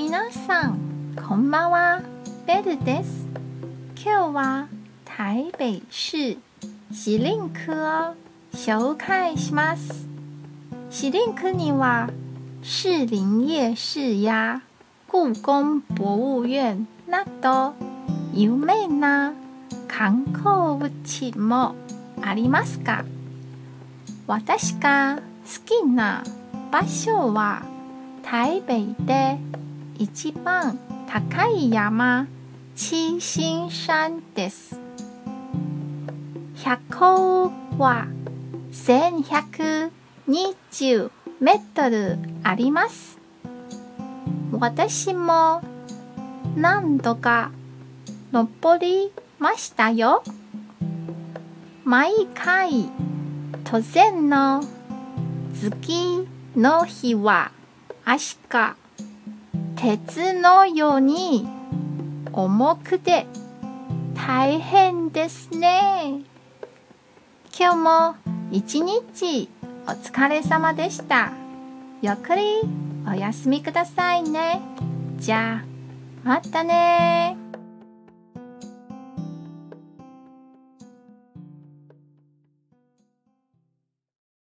皆さんこんばんは、ベルです。今日は台北市士林区を紹介します。士林区には士林夜市や故宮博物院など有名な観光地もありますが、私が好きな場所は台北で一番高い山、七星山です。標高は1120メートルあります。私も何度か登りましたよ。毎回登山の次の日は足が鉄のように重くて大変ですね。今日も一日お疲れ様でした。ゆっくりお休みくださいね。じゃあまたね。